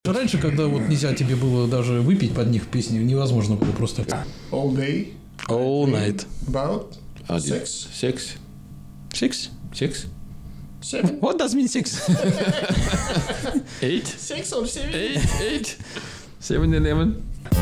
Раньше, когда вот нельзя тебе было даже выпить под них песни, невозможно было просто. All day. All night. About sex. Six. Six? Six. Seven. What does mean six? 8. 6 or 7. 8. 7-Eleven.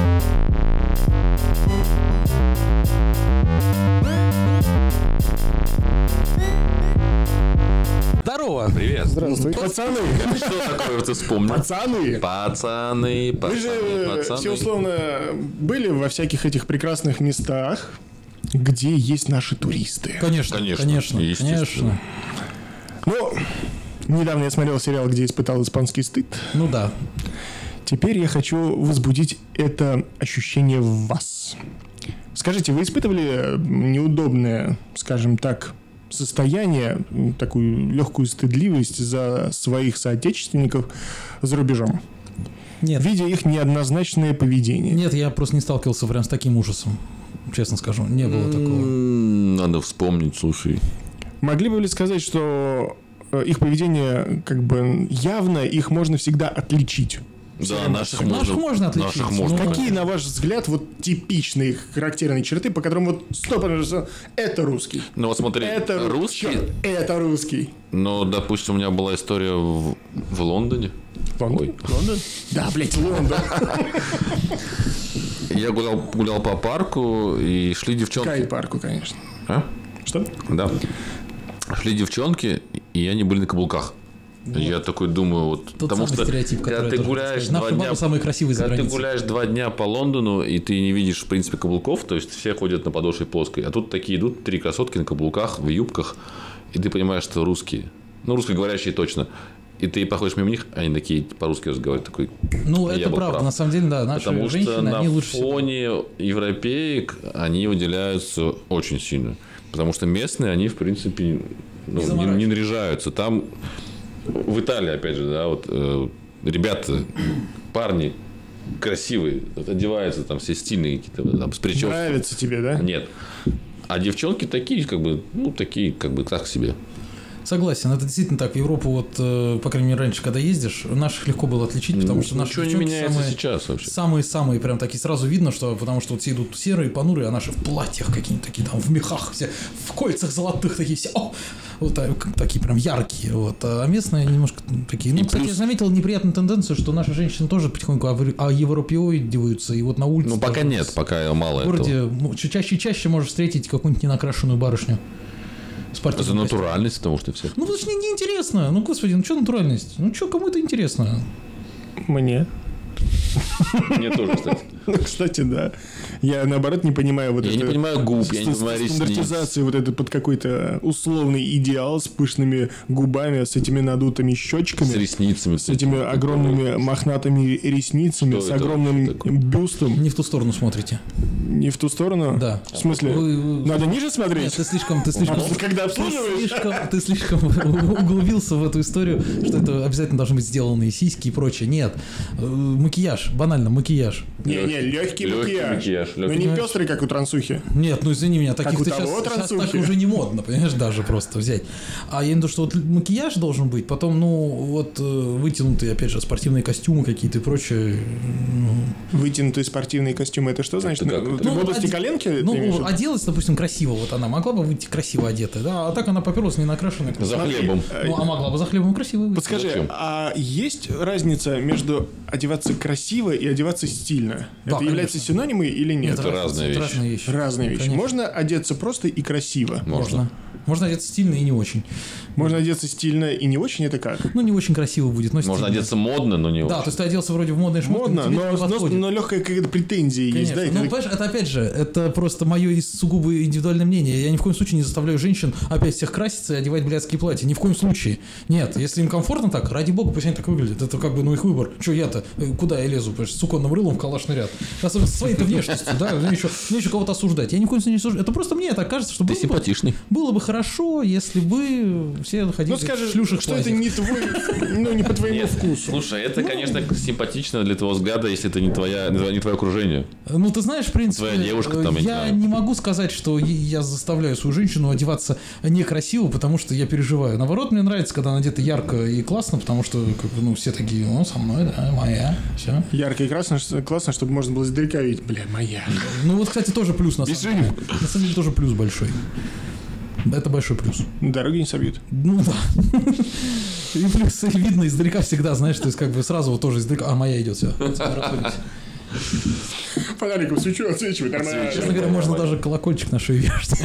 Здорово! Привет. Здравствуй. Пацаны. Что такое ты вспомнил? Пацаны. Пацаны. Вы же все условно были во всяких этих прекрасных местах, где есть наши туристы. Конечно, Естественно. Ну, недавно я смотрел сериал, где испытал испанский стыд. Ну да. Теперь я хочу возбудить это ощущение в вас. Скажите, вы испытывали неудобное, скажем так, состояние, такую легкую стыдливость за своих соотечественников за рубежом, Нет. видя их неоднозначное поведение? Нет, я просто не сталкивался прям с таким ужасом. Честно скажу, не было такого. Надо вспомнить, слушай. Могли бы вы сказать, что их поведение как бы явно, их можно всегда отличить? Да, наших можно отличить. Наших можно. Ну, Какие, на ваш взгляд, вот типичные их характерные черты, по которым вот 100% это русский? Ну вот смотри, Это русский. черт, это русский. Ну, допустим, у меня была история в Лондоне. Ой. Лондон? Да, блядь, Лондон. Я гулял по парку, и шли девчонки. Кайт-парку, конечно. А? Что? Да. Шли девчонки, и они были на каблуках. Я такой думаю, вот, Тот потому самый что стереотип, когда который ты я тоже гуляешь хотел сказать. 2 дня, самые красивые за когда ты границей. гуляешь 2 дня по Лондону, и ты не видишь, в принципе, каблуков, то есть все ходят на подошве плоской, а тут такие идут 3 красотки на каблуках, в юбках, и ты понимаешь, что русские, ну, русскоговорящие точно, и ты проходишь мимо них, они такие по-русски разговаривают, такой. Ну, я это был правда, прав. на самом деле, да, наши Потому женщины, что они на лучше всего. фоне европеек они выделяются очень сильно. Потому что местные, они, в принципе, не наряжаются. Там, в Италии, опять же, да, вот ребята, парни красивые, одеваются там все стильные какие-то, там, с прической. Нравится тебе, да? Нет. А девчонки такие, как бы так себе. Согласен, это действительно так. В Европу, вот, по крайней мере, раньше, когда ездишь, наших легко было отличить, потому что наши Ничего не девчонки меняется сейчас вообще. самые прям такие, сразу видно, что потому что вот все идут серые, понурые, а наши в платьях какие-нибудь такие, там, в мехах все, в кольцах золотых такие все, вот такие прям яркие, вот. А местные немножко такие. Ну, кстати, я заметил неприятную тенденцию, что наши женщины тоже потихоньку европеоидиваются, и вот на улице. Ну, пока нет, пока мало в городе этого. чаще и чаще можешь встретить какую-нибудь ненакрашенную барышню. За натуральность, потому что все. Ну, потому что неинтересно. Ну, господи, ну что натуральность? Ну, что кому это интересно? Мне. Мне тоже, кстати. Кстати, да. Я, наоборот, не понимаю вот Я не понимаю губ, я не понимаю ресниц. стандартизации вот это под какой-то условный идеал с пышными губами, с этими надутыми щечками. С ресницами. С этими огромными мохнатыми ресницами, Что с это огромным такое? бюстом. Не в ту сторону смотрите. Не в ту сторону? Да. В смысле? Надо ниже Нет, смотреть? ты слишком Когда обслуживаешь? ты слишком углубился в эту историю, что это обязательно должны быть сделанные сиськи и прочее. Нет. Макияж, банально, макияж. Не, легкий макияж. Но не макияж. пестрый, как у трансухи. Нет, ну извини меня, таких у ты того сейчас так трансухи. уже не модно, понимаешь, даже просто взять. А я имею в виду, что вот макияж должен быть, потом, ну, вот вытянутые, опять же, спортивные костюмы какие-то и прочее. Вытянутые спортивные костюмы, это что значит? Это как? Ты в области коленки? ты имеешь в виду? оделась, допустим, красиво, вот она могла бы выйти красиво одетая, да, а так она поперлась не накрашенная. За хлебом. Ну, а могла бы за хлебом красиво выйти. Подскажи, Зачем? а есть разница между одеваться красиво и одеваться стильно? Да, Это является конечно. синонимы или нет? Это разные вещи. Разные вещи. Разные вещи. Конечно. Можно одеться просто и красиво. Можно. Можно одеться стильно и не очень. Можно одеться стильно и не очень, это как? Ну, не очень красиво будет, но Можно стильно. одеться модно, но не Да, очень. то есть ты оделся вроде в модные шмотки, Модно, тебе это не подходит. но легкая какая-то претензия есть, Конечно. да? И Ну, ты- понимаешь, это опять же, это просто мое сугубо индивидуальное мнение. Я ни в коем случае не заставляю женщин опять всех краситься и одевать блядские платья. Ни в коем случае. Нет, если им комфортно так, ради бога, пусть они так выглядят. Это как бы, ну, их выбор. Че я-то, куда я лезу, понимаешь, с суконным рылом в калашный ряд. Особенно со своей-то внешностью, да, мне еще кого-то осуждать. Я ни в коем случае не осуждаю. Это просто мне так кажется, что Ты симпатичный. было бы хорошо, если бы все ходили Ну скажешь, в шлюшек что это платьях. не твой, ну не по твоему Нет, вкусу. слушай, это, конечно, симпатично для твоего взгляда, если это не твое окружение. Ну, ты знаешь, в принципе, твоя девушка там, я не Я знаю. не могу сказать, что я заставляю свою женщину одеваться некрасиво, потому что я переживаю. Наоборот, мне нравится, когда она одета ярко и классно, потому что как бы, ну, все такие, ну, со мной, да, моя, все. Ярко и классно, чтобы можно было издалека видеть. Бля, моя. Ну вот, кстати, тоже плюс на самом Бежим. деле. На самом деле тоже плюс большой. Это большой плюс. Дороги не собьют. Ну да. И плюс видно издалека всегда, знаешь, то есть как бы сразу вот тоже издалека, а моя идет, все. Фонариком свечу отсвечивать, нормально. Честно говоря, можно даже колокольчик на шею вешать.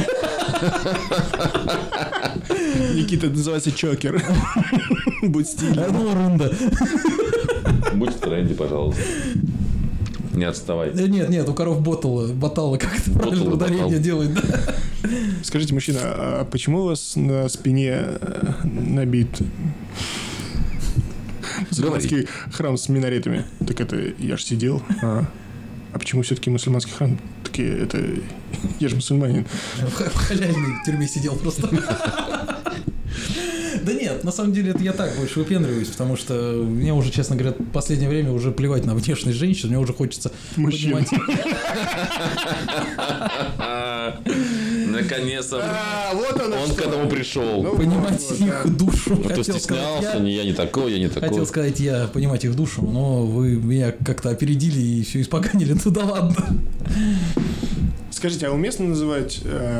Никита, это называется чокер. Будь стильным. Ну, рунда. Будь в тренде, пожалуйста. Не отставай. Нет, у коров ботала как-то правильно ударение ботал. делает, да. Скажите, мужчина, а почему у вас на спине набит мусульманский храм с минаретами? Так это я ж сидел. А почему все-таки мусульманский храм? Такие, это я же мусульманин. В халяльной тюрьме сидел просто. Да нет, на самом деле это я так больше выпендриваюсь, потому что мне уже, честно говоря, в последнее время уже плевать на внешность женщин, мне уже хочется Мужчин. понимать. Наконец-то вот оно он что. к этому пришел. Ну, Понимать вот, их душу. Кто стеснялся, я не такой, я не такой. Хотел сказать я понимать их душу, но вы меня как-то опередили и все испоганили. Ну да ладно. Скажите, а уместно называть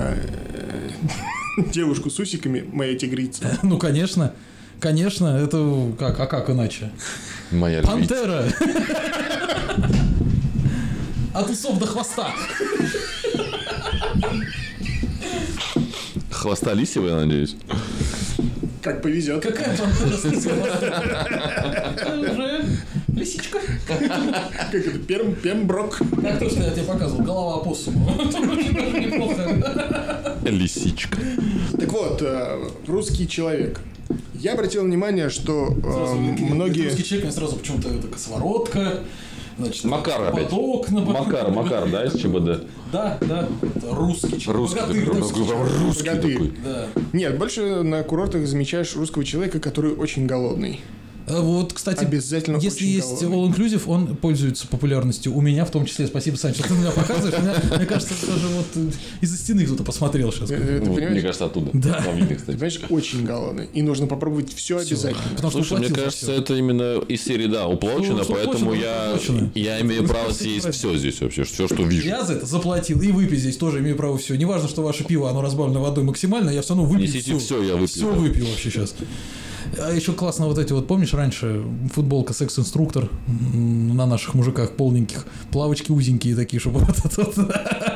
девушку с усиками моя тигрица? Ну, конечно. Конечно, это как, а как иначе? Моя любить. Пантера. От усов до хвоста. Хвоста лисьего, я надеюсь. Как повезет. Какая пантера с лисьим хвостом? Это уже лисичка. Как это? Пемброк. Как то, что я тебе показывал, голова опоссума. Это очень даже неплохо. Лисичка. Так вот, русский человек. Я обратил внимание, что многие... Русский человек, мне сразу почему-то это косоворотка. Значит, Макар опять. поводок на Макар, да, из ЧБД? Да, это русский человек. Русский Богатырь, такой, русский человек. русский Богатырь. такой. Да. Нет, больше на курортах замечаешь русского человека, который очень голодный. Вот, кстати, Обязательно если очень есть голодный. all-inclusive, он пользуется популярностью у меня в том числе. Спасибо, Сань, что ты меня показываешь. Мне кажется, даже вот из-за стены кто-то посмотрел сейчас. Ты Вот, мне понимаешь? кажется, оттуда. Да. Там видно, Ты кстати. понимаешь, очень голодный. И нужно попробовать все обязательно. Потому что Слушай, мне уплатил за кажется, всё. это именно из серии, да, уплачено, Ну, что поэтому уплачено. я имею право съесть все здесь вообще, все, что вижу. Я за это заплатил, и выпить здесь тоже имею право все. Неважно, что ваше пиво, оно разбавлено водой максимально, я все равно выпью Несите все, я выпью. Все да. выпью вообще сейчас. А еще классно вот эти вот, помнишь, раньше футболка секс-инструктор на наших мужиках полненьких, плавочки узенькие такие, чтобы вот это вот.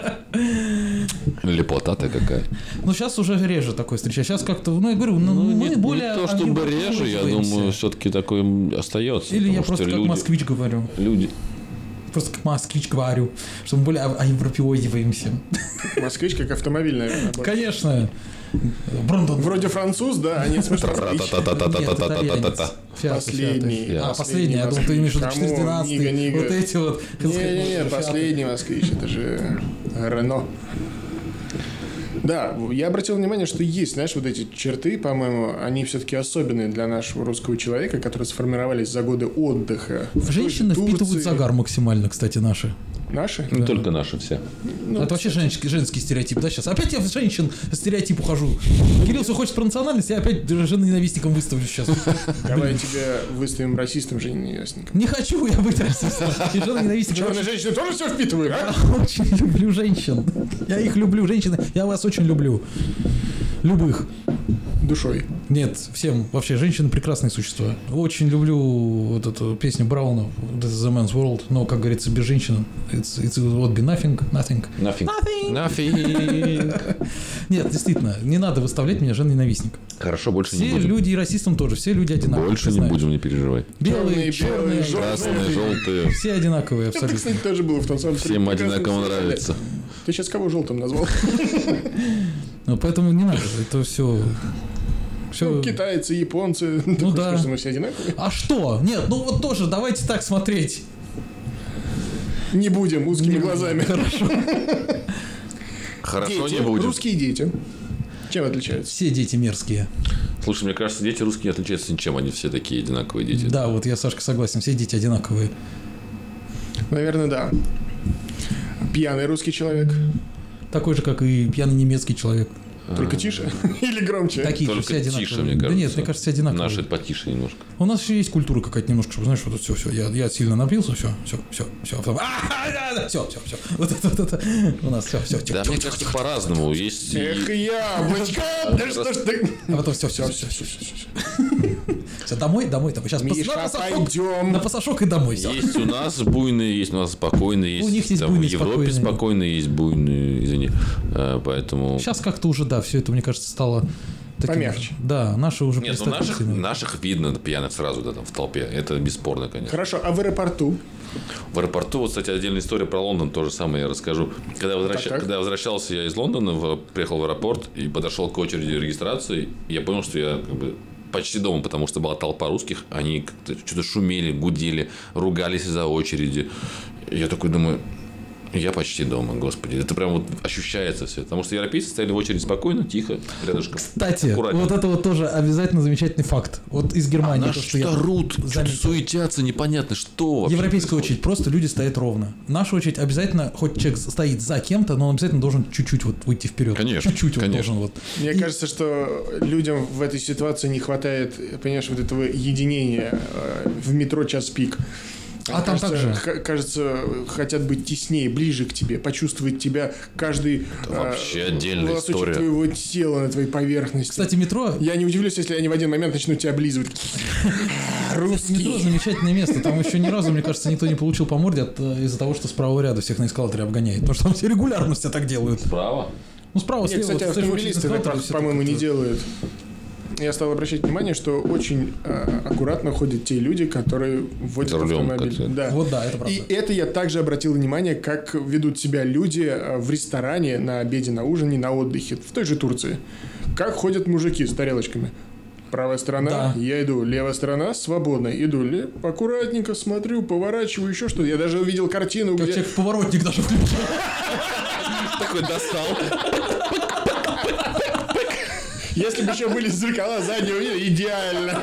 Лепота-то какая. Ну, сейчас уже реже такое встречаю. Сейчас как-то, ну, я говорю, мы не, более... не то чтобы реже, я объективизируемся. думаю, все-таки такой остается. Или я потому просто что как москвич говорю. Люди. Просто как москвич говорю, что мы более европеоидиваемся. Москвич как автомобиль, наверное. больше. Конечно. Брондон. Вроде француз, да, а нет, смысл. Та-та-та-та-та-та-та-та-та-та. Последний. А, последний. Я думал, ты имеешь в виду Кому? 412. Нига. Вот эти вот. Не, последний москвич, это же Рено. Да, я обратил внимание, что есть, знаешь, вот эти черты, по-моему, они все-таки особенные для нашего русского человека, которые сформировались за годы отдыха. в той же Женщины Турции. впитывают загар максимально, кстати, наши. Наши? Не только наши все. Ну, Это вообще женский стереотип, да, сейчас? Опять я в женщин стереотип ухожу. Кирилл все хочет про национальность, я опять женоненавистником выставлю сейчас. давай тебя выставим расистом, жененавистником. Не хочу я быть расистом. И женоненавистником. Черные женщины тоже все впитывают, а? Я очень люблю женщин. Я их люблю, женщины. Я вас очень люблю. Любых. Душой. Нет, всем. Вообще, женщины прекрасные существа. Очень люблю вот эту песню Брауна This is the man's world. Но, как говорится, без женщин it's would be nothing. Nothing. Нет, действительно, не надо выставлять меня женоненавистник. Хорошо, больше не Все будем. люди и расистам тоже, все люди одинаковые. Больше ты не знаешь. будем, не переживай. Белые, Черные, черные, белые, Красные, желтые. все одинаковые Это, абсолютно. кстати, тоже было в том самом Всем прекрасном одинаково сериале. нравится. Ты сейчас кого желтым назвал? Ну, поэтому не надо, это все... Ну, китайцы, японцы. Ты хочешь да. сказать, что мы все одинаковые? А что? Нет, ну вот тоже давайте так смотреть. Не будем узкими глазами. Хорошо, Дети, не будем. русские дети. Чем отличаются? Все дети мерзкие. Слушай, мне кажется, дети русские не отличаются ничем, они все такие одинаковые дети. Да, вот я, Сашка, согласен, все дети одинаковые. Наверное, да. Пьяный русский человек. Такой же, как и пьяный немецкий человек. Только тише или громче? Такие же, Только все одинаковые. тише, мне кажется. Да нет, мне кажется, все одинаковые. Наши потише немножко. У нас еще есть культура какая-то немножко, чтобы, знаешь, вот все, я сильно напился, все. Все. Вот это. У нас все. Да, мне кажется, по-разному. Есть... Эх, яблочко! Да что ж ты... А потом все. Все, домой. Сейчас Миша, пойдем. на пасашок и домой. Все. Есть у нас буйные, есть у нас спокойные, есть, У них есть там, буйные, в Европе спокойные, есть буйные, извини. Поэтому... Сейчас как-то уже, да, все это, мне кажется, стало... таким Помягче. же. Да, наши уже Нет, ну наших видно пьяных сразу, да, там, в толпе. Это бесспорно, конечно. Хорошо, а в аэропорту? В аэропорту, вот, кстати, отдельная история про Лондон, то же самое я расскажу. Когда возвращался я из Лондона, приехал в аэропорт и подошел к очереди регистрации, я понял, что я как бы почти дома, потому что была толпа русских, они как-то что-то шумели, гудели, ругались из-за очереди. И я такой думаю, я почти дома, господи. Это прям вот ощущается все. Потому что европейцы стояли в очередь спокойно, тихо, рядышком. Кстати, аккуратненько. вот это вот тоже обязательно замечательный факт. Вот из Германии. Наши то, что я рут, что-то заметил. суетятся, непонятно, что вообще Европейская происходит. очередь, просто люди стоят ровно. Наша очередь обязательно, хоть человек стоит за кем-то, но он обязательно должен чуть-чуть вот выйти вперед. Конечно, Чуть-чуть он конечно. должен вот. Мне кажется, что людям в этой ситуации не хватает, понимаешь, вот этого единения в метро час пик. А там так же. Кажется, хотят быть теснее, ближе к тебе, почувствовать тебя каждый вообще отдельная волосочек история. твоего тела на твоей поверхности. Кстати, метро... Я не удивлюсь, если они в один момент начнут тебя облизывать. Метро замечательное место. Там еще ни разу, мне кажется, никто не получил по морде из-за того, что с правого ряда всех на эскалаторе обгоняет. Потому что там все регулярно все так делают. Справа? Ну, справа, Нет, слева. кстати, вот, стоишь в очереди автомобилисты на так, эскалаторе, все по-моему, так не вот. делают. Я стал обращать внимание, что очень аккуратно ходят те люди, которые водят За рулем, автомобиль. как-то. Да. Вот да, это правда. И это я также обратил внимание, как ведут себя люди в ресторане, на обеде, на ужине, на отдыхе, в той же Турции. Как ходят мужики с тарелочками. Правая сторона, Да. я иду. Левая сторона, свободно. Иду, аккуратненько смотрю, поворачиваю, еще что-то. Я даже увидел картину, Как где... человек в поворотник даже включил. Такой достал. Если бы еще были зеркала заднего вида, идеально.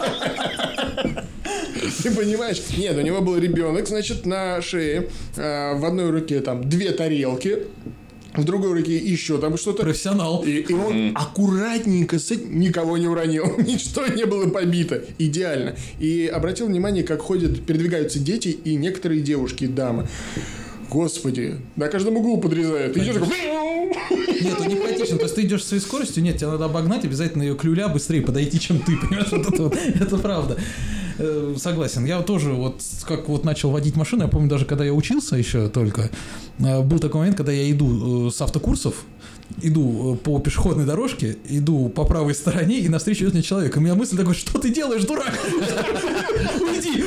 Ты понимаешь? Нет, у него был ребенок, значит, на шее. В одной руке там 2 тарелки. В другой руке еще там что-то. Профессионал. И он аккуратненько никого не уронил. Ничто не было побито. Идеально. И обратил внимание, как передвигаются дети и некоторые девушки и дамы. Господи, на каждом углу подрезают. Ты идешь такой... Нет, он не хаотичен. То есть ты идешь своей скоростью, нет, тебе надо обогнать, обязательно ее к люля быстрее подойти, чем ты. Понимаешь, вот это вот. Это правда. Согласен. Я тоже вот как вот начал водить машину, я помню, даже когда я учился еще только, был такой момент, когда я иду с автокурсов, иду по пешеходной дорожке, иду по правой стороне, и навстречу идет мне человек. И у меня мысль такой, что ты делаешь, дурак? Уйди!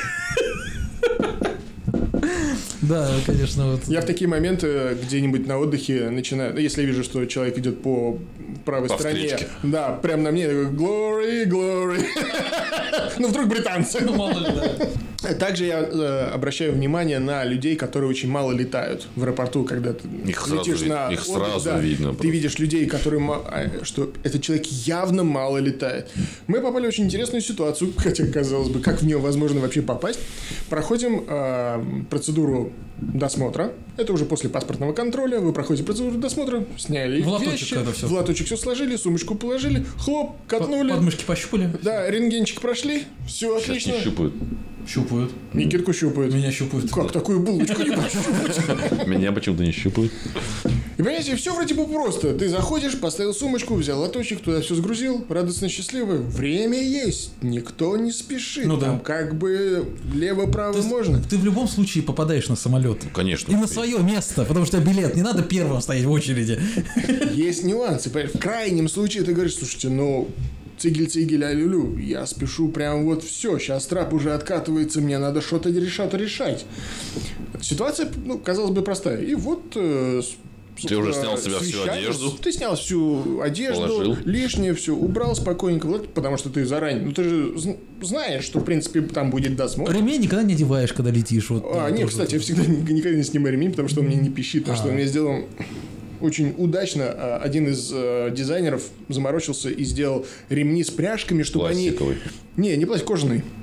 Да, конечно, вот. Я в такие моменты где-нибудь на отдыхе начинаю, если я вижу, что человек идет по правой стороне, встречке. да, прям на мне, я такой, glory. Ну, вдруг британцы. Ну, мало ли, да. Также я обращаю внимание на людей, которые очень мало летают в аэропорту, когда ты Их сразу летишь на их отдых, сразу да, видно Ты просто. видишь людей, которые, что этот человек явно мало летает. Мы попали в очень интересную ситуацию, хотя, казалось бы, как в нее возможно вообще попасть. Проходим процедуру досмотра. Это уже после паспортного контроля. Вы проходите процедуру досмотра, сняли В лоточек вещи, это всё. в лоточек все сложили, сумочку положили, хлоп, катнули. Подмышки пощупали? Да, рентгенчик прошли, все Сейчас отлично. не щупают. Щупают. Никитку щупают. Меня щупают. Как такую булочку не пощупать? Меня почему-то не щупают. И понимаете, все вроде бы просто. Ты заходишь, поставил сумочку, взял лоточек, туда все сгрузил, радостно счастливый. Время есть, никто не спешит. Ну да. Там как бы лево-право То есть можно. Ты в любом случае попадаешь на самолет. Конечно. И на свое место, потому что билет не надо первым стоять в очереди. Есть нюансы. Понимаешь? В крайнем случае ты говоришь, слушайте, ну... Цигель-цигель, алюлю, я спешу прям вот все, сейчас трап уже откатывается, мне надо что-то решать. Ситуация, ну, казалось бы, простая. И вот... Ты уже снял с себя всю одежду? Ты снял всю одежду, Положил. лишнее все убрал спокойненько, потому что ты заранее... Ну, ты же знаешь, что, в принципе, там будет досмотр. Ремень никогда не одеваешь, когда летишь. Вот, Нет, тоже кстати, я всегда никогда не снимаю ремень, потому что он мне не пищит, потому что он мне сделал... Очень удачно один из дизайнеров заморочился и сделал ремни с пряжками, чтобы они... Пластиковый. Не пластик, кожаный.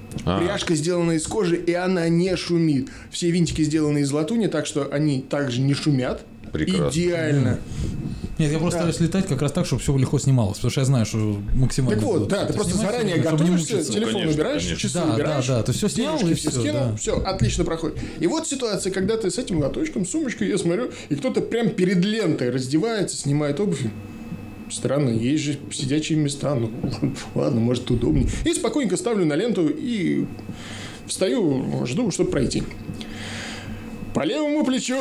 Пряжка сделана из кожи, и она не шумит. Все винтики сделаны из латуни, так что они также не шумят. Прекрасно. Идеально. Нет, я просто стараюсь летать как раз так, чтобы все легко снималось, потому что я знаю, что максимально... Так вот, да, ты просто заранее готовишься, телефон убираешь, часы убираешь, да, ты все снял и все, скинул, все, отлично проходит. И вот ситуация, когда ты с этим лоточком, сумочкой, я смотрю, и кто-то прям перед лентой раздевается, снимает обувь. Странно, есть же сидячие места, ну ладно, может удобнее. И спокойненько ставлю на ленту и встаю, жду, чтобы пройти. По левому плечу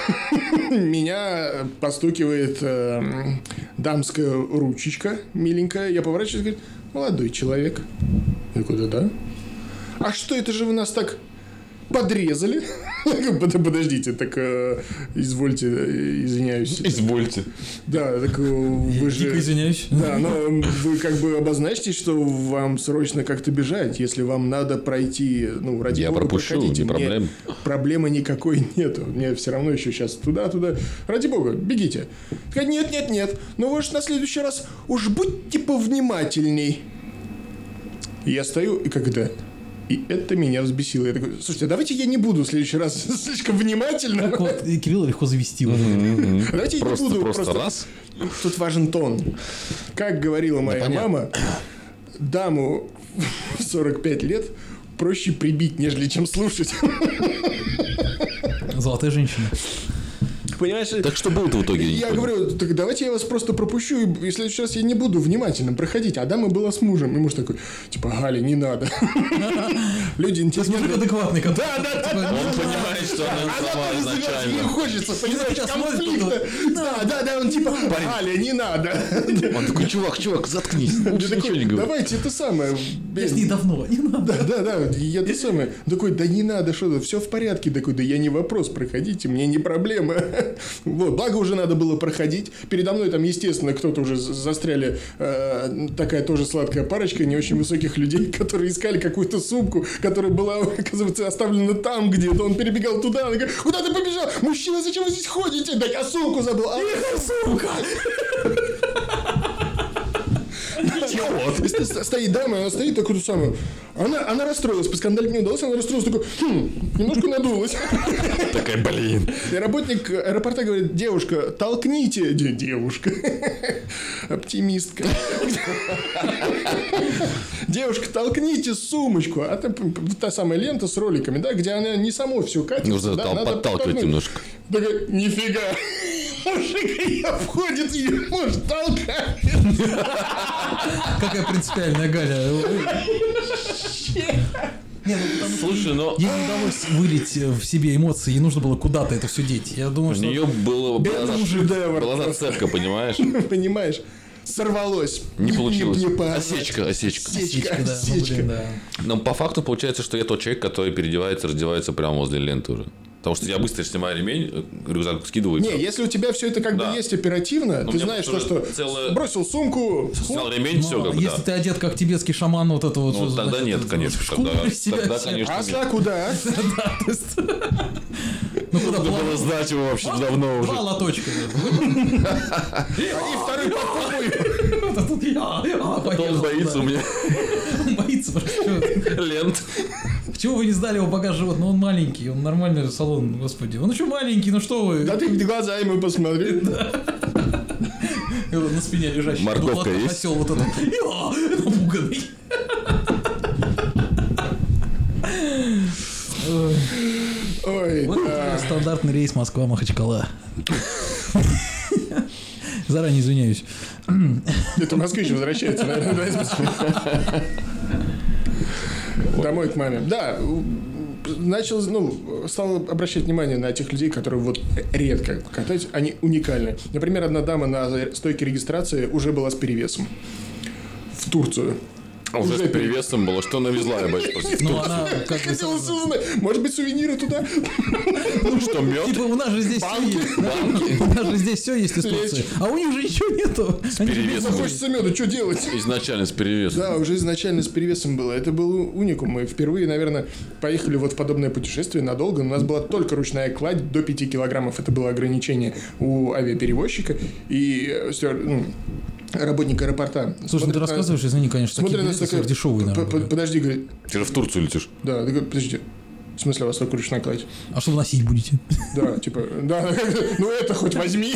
меня постукивает дамская ручечка миленькая. Я поворачиваюсь и говорю: молодой человек. Я говорю: да. А что это же вы нас так подрезали? Подождите, так извольте, извиняюсь. Извольте. Да, так вы же... Дико извиняюсь. Да, но вы как бы обозначьте, что вам срочно как-то бежать. Если вам надо пройти, ну, ради Я бога, пропущу, проходите. не проблем. Проблемы никакой нету. Мне все равно еще сейчас туда-туда. Ради бога, бегите. Сказать: нет. Ну вы же на следующий раз уж будьте повнимательней. Я стою и когда... И это меня взбесило. Я такой: слушайте, давайте я не буду в следующий раз слишком внимательно. Как вот Кирилла легко завести. Давайте я не буду. Просто раз. Тут важен тон. Как говорила моя мама, даму в 45 лет проще прибить, нежели чем слушать. Золотая женщина. Понимаешь? Так что было-то в итоге? Я говорю: так давайте я вас просто пропущу, и в следующий раз я не буду внимательно проходить. А дама была с мужем. И муж такой: типа: Галя, не надо. Люди интересно. Мужик адекватный. Да. Он понимает, что она сама Не изначально. хочется, понимаешь, конфликта. Да, он типа: Галя, не надо. Он такой: чувак, заткнись. Лучше ничего не говори. Давайте это самое. Я с ней давно, не надо. Да, я то самое. Такой: да не надо, что-то, все в порядке. Такой: да я не вопрос, проходите, мне не проблема. Вот, благо уже надо было проходить. Передо мной там, естественно, кто-то уже застряли, такая тоже сладкая парочка не очень высоких людей, которые искали какую-то сумку, которая была, оказывается, оставлена там где-то. Он перебегал туда, он говорит: куда ты побежал? Мужчина, зачем вы здесь ходите? Да я сумку забыл. Сумка! Стоит дама, она стоит такую самую. Она расстроилась, поскандалить не удалось, она расстроилась, такой: немножко надулась. Такая: блин. И работник аэропорта говорит: девушка, толкните. Девушка. Оптимистка. Девушка, толкните сумочку. А там та самая лента с роликами, да, где она не само все катится. Нужно подталкивать немножко. Такая: нифига. Мужик ее входит, и муж толкает. Какая принципиальная Галя. Слушай, но... Ей не удалось вылить в себе эмоции, ей нужно было куда-то это все деть. Я думаю, У что... нее была зацепка, понимаешь? Понимаешь? Сорвалось. Не получилось. Осечка. Осечка, да. Ну, блин, да. Но по факту получается, что я тот человек, который переодевается, раздевается прямо возле ленты уже. Потому что я быстро снимаю ремень, рюкзак скидываю. Не, если у тебя все это как бы есть оперативно, ты знаешь, что бросил сумку, снял ремень, все как бы, если ты одет как тибетский шаман, вот это вот... Ну, тогда нет, конечно. Тогда, конечно, а куда? Ну, куда надо было знать его вообще давно уже. Два лоточка. И второй попробуй. Он боится у меня Он боится просто. лент. Почему вы не сдали его багаж живот? Ну, он маленький, он нормальный салон, господи. Он еще маленький, ну что вы? Да ты в глаза ему посмотри. На спине лежащий. Морковка есть? Осел вот этот. Напуганный. Ой, Вот да. стандартный рейс Москва-Махачкала. Заранее извиняюсь. Это москвич возвращается, наверное. Домой к маме. Да, стал обращать внимание на тех людей, которые вот редко катаются, они уникальны. Например, одна дама на стойке регистрации уже была с перевесом в Турцию. Уже с перевесом было, что навезла, я боюсь. Ну, она как бы... Хотелось узнать. Может быть, сувениры туда? Ну что, мед? Типа, у нас же здесь все есть. У нас же здесь все есть из Турции. А у них же ничего нету. Перевесом. Захочется меда, что делать? Изначально с перевесом. Да, уже изначально с перевесом было. Это был уникум. Мы впервые, наверное, поехали вот в подобное путешествие надолго. У нас была только ручная кладь до 5 килограммов. Это было ограничение у авиаперевозчика. И работник аэропорта. Слушай, ты рассказываешь, извини, конечно, такие билеты дешевые, наверное. Подожди, говорит. Ты же в Турцию летишь. Да, подождите. В смысле, у вас только ручная кладь? А что вы носить будете? Да, типа, да, ну это хоть возьми.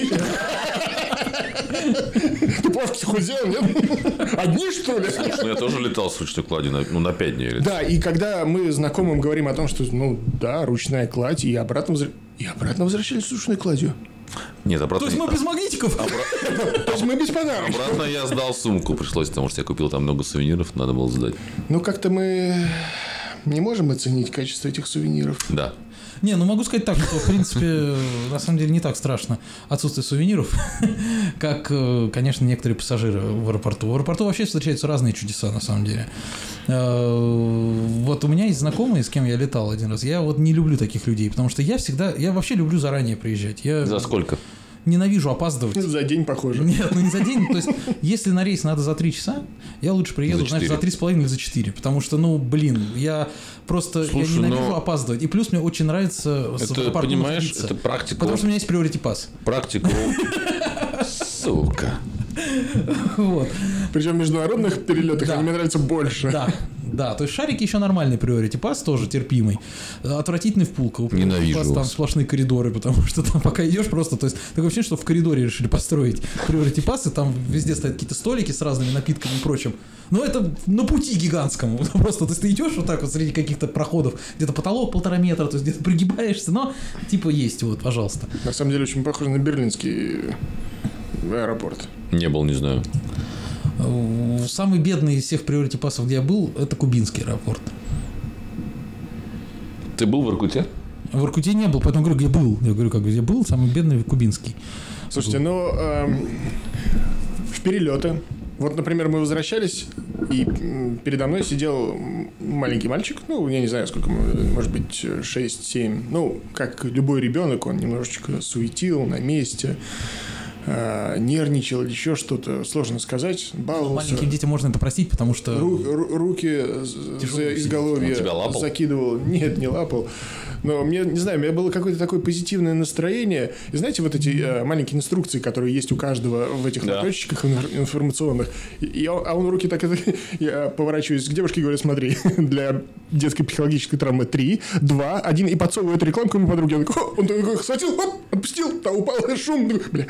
Ты плавки хоть сделал, нет? Одни, что ли? Слушай, ну я тоже летал с ручной кладью, на 5 дней летал. Да, и когда мы знакомым говорим о том, что, ну да, ручная кладь, и обратно возвращались с ручной кладью. Нет, обратно... То есть мы без магнитиков? То есть мы без подарков. Обратно я сдал сумку, пришлось, потому что я купил там много сувениров, надо было сдать. Ну, как-то мы не можем оценить качество этих сувениров. Да. Не, ну могу сказать так, что в принципе на самом деле не так страшно отсутствие сувениров, как, конечно, некоторые пассажиры в аэропорту. В аэропорту вообще встречаются разные чудеса на самом деле. Вот у меня есть знакомые, с кем я летал один раз. Я вот не люблю таких людей, потому что я вообще люблю заранее приезжать. За сколько? Ненавижу опаздывать. За день, похоже. Нет, ну не за день. То есть, если на рейс надо за 3 часа, я лучше приеду, знаешь, за 3,5 или за 4. Потому что, я ненавижу опаздывать. И плюс мне очень нравится с это, понимаешь, находиться, это практика. Потому что у меня есть priority pass. Практика. Сука. Вот. Причем в международных перелетах они мне нравятся больше. Да, то есть шарики еще нормальный priority pass, тоже терпимый. Отвратительный в пулка. Ненавижу. Там сплошные коридоры, потому что там пока идешь просто, то есть такое ощущение, что в коридоре решили построить priority pass, и там везде стоят какие-то столики с разными напитками и прочим. Но это на пути гигантскому. Просто то есть ты идешь вот так вот среди каких-то проходов, где-то потолок 1,5 метра, то есть где-то пригибаешься, но типа есть, вот, пожалуйста. На самом деле очень похоже на берлинский аэропорт. Не был, не знаю. Самый бедный из всех priority пассов, где я был, это кубинский аэропорт. Ты был в Воркуте? В Воркуте не был, поэтому говорю, где был. Я говорю, где был, самый бедный кубинский. Слушайте, в перелеты. Вот, например, мы возвращались, и передо мной сидел маленький мальчик, я не знаю, сколько, может быть, 6-7. Как любой ребенок, он немножечко суетил на месте, нервничал или еще что-то, сложно сказать, баловался. Маленьким детям можно это простить, потому что... Руки за изголовье закидывал. Нет, не лапал. Но мне, не знаю, у меня было какое-то такое позитивное настроение. И знаете, вот эти маленькие инструкции, которые есть у каждого в этих лоточках информационных. Он руки так... Я поворачиваюсь к девушке и говорю, смотри, для детской психологической травмы 3, 2, 1, и подсовываю эту рекламку ему подруге. Он такой схватил, отпустил, та упала, шум. Бля.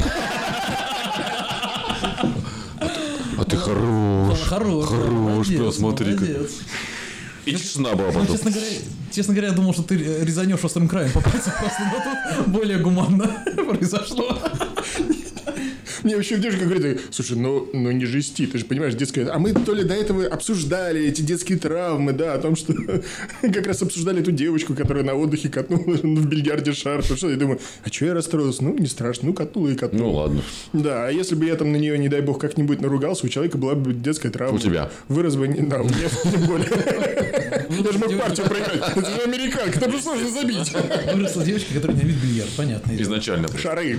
А ты хорош, пес, смотри. И тишина была потом. Честно говоря, я думал, что ты резанешь острым краем по пальцам просто, но тут более гуманно произошло. Мне вообще девушка говорит, слушай, ну не жести, ты же понимаешь, детская... А мы то ли до этого обсуждали эти детские травмы, да, о том, что как раз обсуждали эту девочку, которая на отдыхе катнула в бильярде шар. Что я думаю, а что я расстроился? Ну, не страшно, катнула и катнула. Ну, ладно. Да, а если бы я там на нее, не дай бог, как-нибудь наругался, у человека была бы детская травма. У тебя. Вырос бы... Да, у меня тем более. Я же мог партию проиграть. Это же американка, это же сложно забить. Выросла девочка, которая ненавидит бильярд, понятно. Изначально. Шары.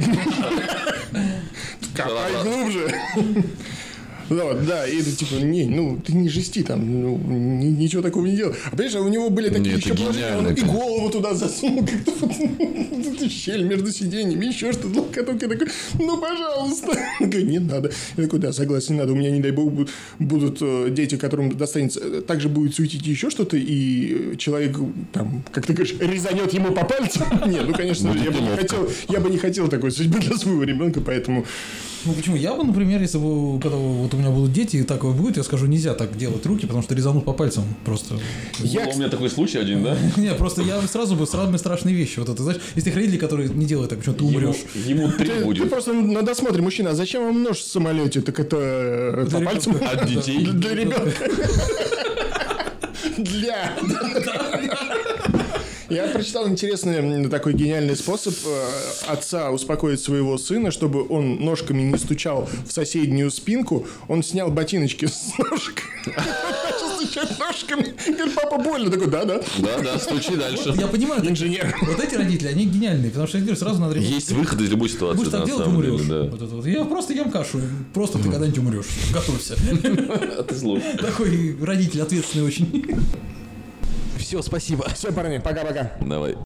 Копай глубже. Да, и это типа, ты не жести там, ничего такого не делал. А понимаешь, у него были такие еще положения, он и голову туда засунул, как-то в щель между сиденьями, еще что-то. Каток, я такой, пожалуйста. Он говорит, не надо. Я такой, да, согласен, не надо. У меня, не дай бог, будут дети, которым достанется, также будет суетить еще что-то, и человек, там, как ты говоришь, резанет ему по пальцу. Нет, конечно, я бы не хотел такой судьбы для своего ребенка, поэтому... Почему? Я бы, например, если бы, когда вот у меня будут дети, и такое будет, я скажу, нельзя так делать руки, потому что резанут по пальцам просто. У меня такой случай один, да? Не, просто я сразу бы самые страшные вещи. Вот это, знаешь, из тех родителей, которые не делают так, почему ты умрешь. Ему 3 будет. Ты просто на досмотре, мужчина, а зачем вам нож в самолете? Так это по пальцам? От детей? Для ребенка. Я прочитал интересный такой гениальный способ отца успокоить своего сына, чтобы он ножками не стучал в соседнюю спинку. Он снял ботиночки с ножек. Начал стучать ножками. Говорит, папа, больно. Такой, да. Да, стучи дальше. Я понимаю, инженер. Вот эти родители, они гениальные, потому что я говорю, сразу надо... Есть выход из любой ситуации. Будешь так делать, умрешь. Я просто ем кашу. Просто ты когда-нибудь умрешь. Готовься. А ты злой. Такой родитель ответственный очень. Все, спасибо. Все, парни, пока-пока. Давай.